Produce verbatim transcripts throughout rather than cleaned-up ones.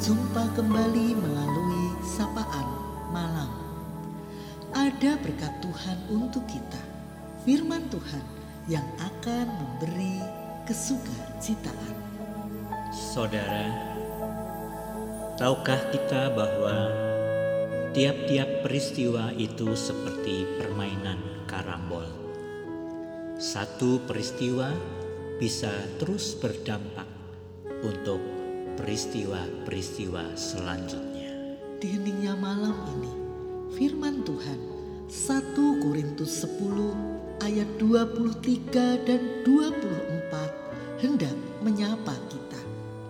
berjumpa kembali melalui sapaan malam. Ada berkat Tuhan untuk kita, firman Tuhan yang akan memberi kesukacitaan. Saudara, tahukah kita bahwa tiap-tiap peristiwa itu seperti permainan karambol? Satu peristiwa bisa terus berdampak untuk peristiwa-peristiwa selanjutnya. Di heningnya malam ini, firman Tuhan satu Korintus sepuluh ayat dua puluh tiga dan dua puluh empat hendak menyapa kita.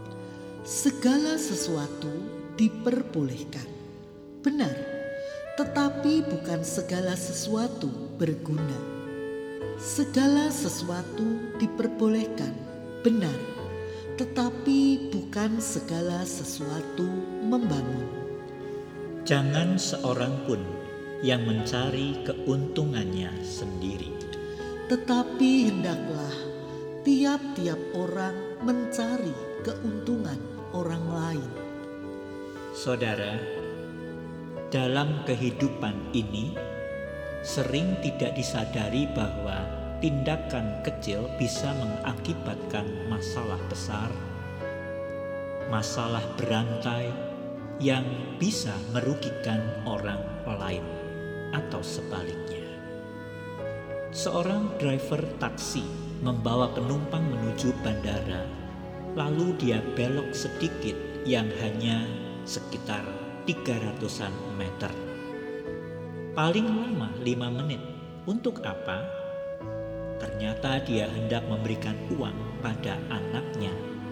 Segala sesuatu diperbolehkan, benar, tetapi bukan segala sesuatu berguna. Segala sesuatu diperbolehkan, benar, tetapi bukan segala sesuatu membangun. Jangan seorang pun yang mencari keuntungannya sendiri, tetapi hendaklah tiap-tiap orang mencari keuntungan orang lain. Saudara, dalam kehidupan ini sering tidak disadari bahwa tindakan kecil bisa mengakibatkan masalah besar, masalah berantai yang bisa merugikan orang lain atau sebaliknya. Seorang driver taksi membawa penumpang menuju bandara, lalu dia belok sedikit yang hanya sekitar tiga ratusan meter. Paling lama lima menit. Untuk apa? Ternyata dia hendak memberikan uang pada anaknya.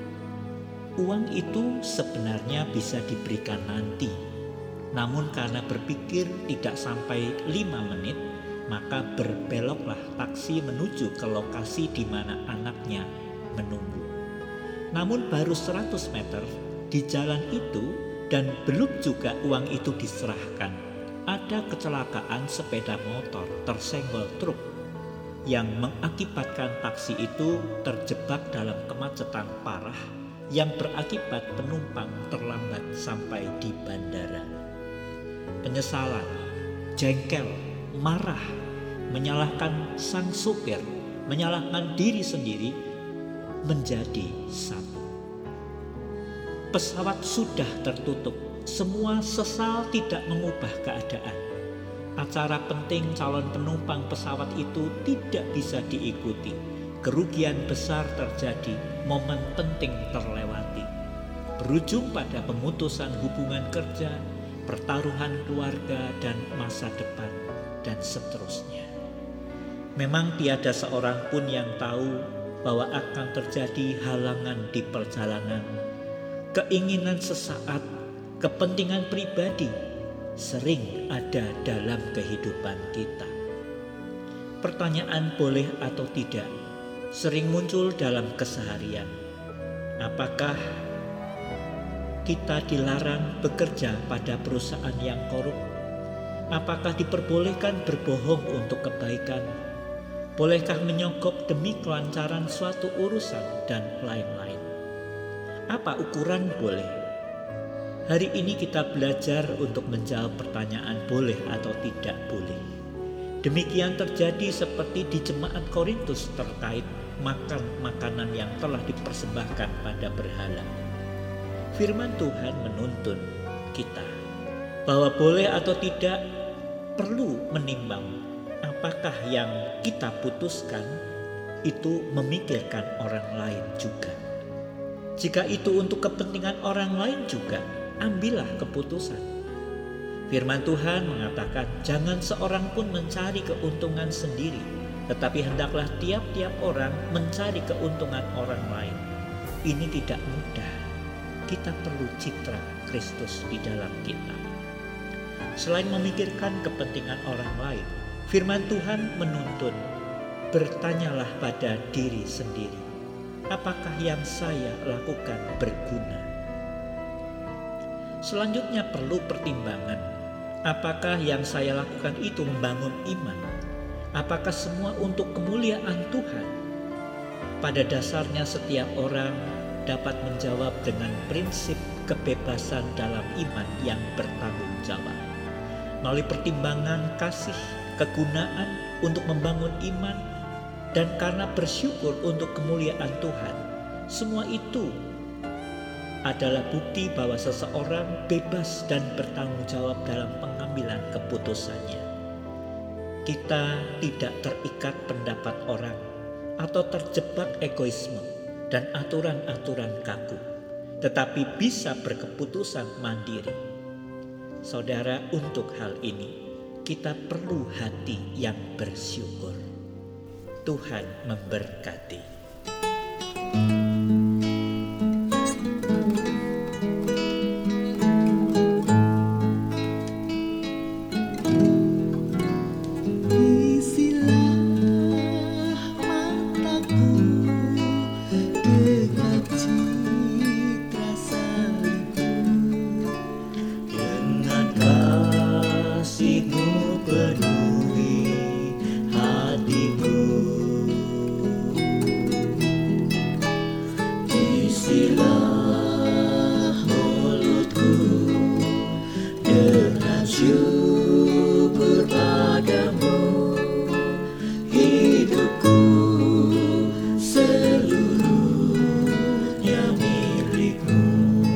Uang itu sebenarnya bisa diberikan nanti. Namun karena berpikir tidak sampai lima menit, maka berbeloklah taksi menuju ke lokasi di mana anaknya menunggu. Namun baru seratus meter di jalan itu dan belum juga uang itu diserahkan, ada kecelakaan sepeda motor tersenggol truk yang mengakibatkan taksi itu terjebak dalam kemacetan parah yang berakibat penumpang terlambat sampai di bandara. Penyesalan, jengkel, marah, menyalahkan sang supir, menyalahkan diri sendiri menjadi satu. Pesawat sudah tertutup, semua sesal tidak mengubah keadaan. Acara penting calon penumpang pesawat itu tidak bisa diikuti. Kerugian besar terjadi, momen penting terlewati. Berujung pada pemutusan hubungan kerja, pertaruhan keluarga dan masa depan, dan seterusnya. Memang tiada seorang pun yang tahu bahwa akan terjadi halangan di perjalanan. Keinginan sesaat, kepentingan pribadi sering ada dalam kehidupan kita. Pertanyaan boleh atau tidak sering muncul dalam keseharian. Apakah kita dilarang bekerja pada perusahaan yang korup? Apakah diperbolehkan berbohong untuk kebaikan? Bolehkah menyogok demi kelancaran suatu urusan dan lain-lain? Apa ukuran boleh? Hari ini kita belajar untuk menjawab pertanyaan boleh atau tidak boleh. Demikian terjadi seperti di jemaat Korintus terkait makan makanan yang telah dipersembahkan pada berhala. Firman Tuhan menuntun kita bahwa boleh atau tidak perlu menimbang apakah yang kita putuskan itu memikirkan orang lain juga. Jika itu untuk kepentingan orang lain juga, ambillah keputusan. Firman Tuhan mengatakan, jangan seorang pun mencari keuntungan sendiri, tetapi hendaklah tiap-tiap orang mencari keuntungan orang lain. Ini tidak mudah. Kita perlu citra Kristus di dalam kita. Selain memikirkan kepentingan orang lain, firman Tuhan menuntun, bertanyalah pada diri sendiri, apakah yang saya lakukan berguna? Selanjutnya perlu pertimbangan. Apakah yang saya lakukan itu membangun iman? Apakah semua untuk kemuliaan Tuhan? Pada dasarnya setiap orang dapat menjawab dengan prinsip kebebasan dalam iman yang bertanggung jawab. Melalui pertimbangan kasih, kegunaan untuk membangun iman, dan karena bersyukur untuk kemuliaan Tuhan. Semua itu adalah bukti bahwa seseorang bebas dan bertanggung jawab dalam pengambilan keputusannya. Kita tidak terikat pendapat orang atau terjebak egoisme dan aturan-aturan kaku, tetapi bisa berkeputusan mandiri. Saudara, untuk hal ini kita perlu hati yang bersyukur. Tuhan memberkati. Syukur padamu, hidupku seluruhnya milikmu.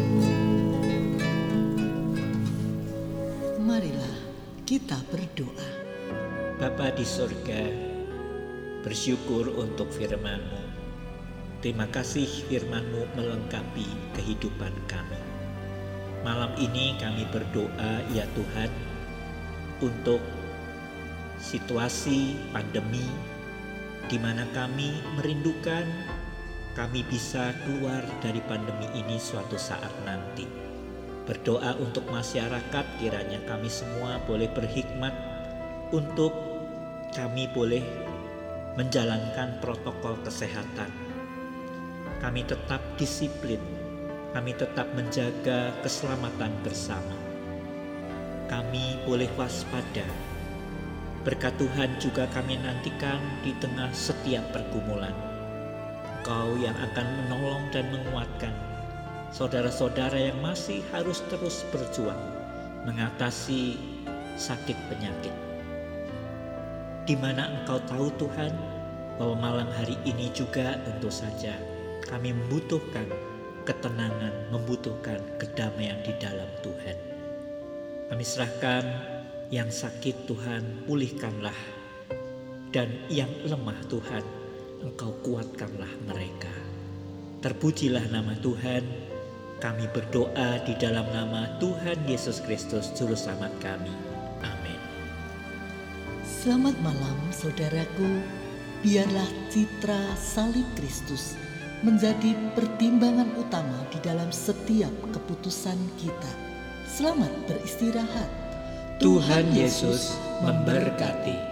Marilah kita berdoa. Bapa di surga, bersyukur untuk firman-Mu. Terima kasih firman-Mu melengkapi kehidupan kami. Malam ini kami berdoa ya Tuhan untuk situasi pandemi di mana kami merindukan kami bisa keluar dari pandemi ini suatu saat nanti. Berdoa untuk masyarakat, kiranya kami semua boleh berhikmat untuk kami boleh menjalankan protokol kesehatan. Kami tetap disiplin. Kami tetap menjaga keselamatan bersama. Kami boleh waspada. Berkat Tuhan juga kami nantikan di tengah setiap pergumulan. Engkau yang akan menolong dan menguatkan saudara-saudara yang masih harus terus berjuang mengatasi sakit penyakit. Di mana Engkau tahu Tuhan bahwa malam hari ini juga tentu saja kami membutuhkan ketenangan, membutuhkan kedamaian di dalam Tuhan. Kami serahkan yang sakit Tuhan, pulihkanlah. Dan yang lemah Tuhan, Engkau kuatkanlah mereka. Terpujilah nama Tuhan. Kami berdoa di dalam nama Tuhan Yesus Kristus, Juru Selamat kami. Amin. Selamat malam saudaraku. Biarlah citra salib Kristus menjadi pertimbangan utama di dalam setiap keputusan kita. Selamat beristirahat. Tuhan Yesus memberkati.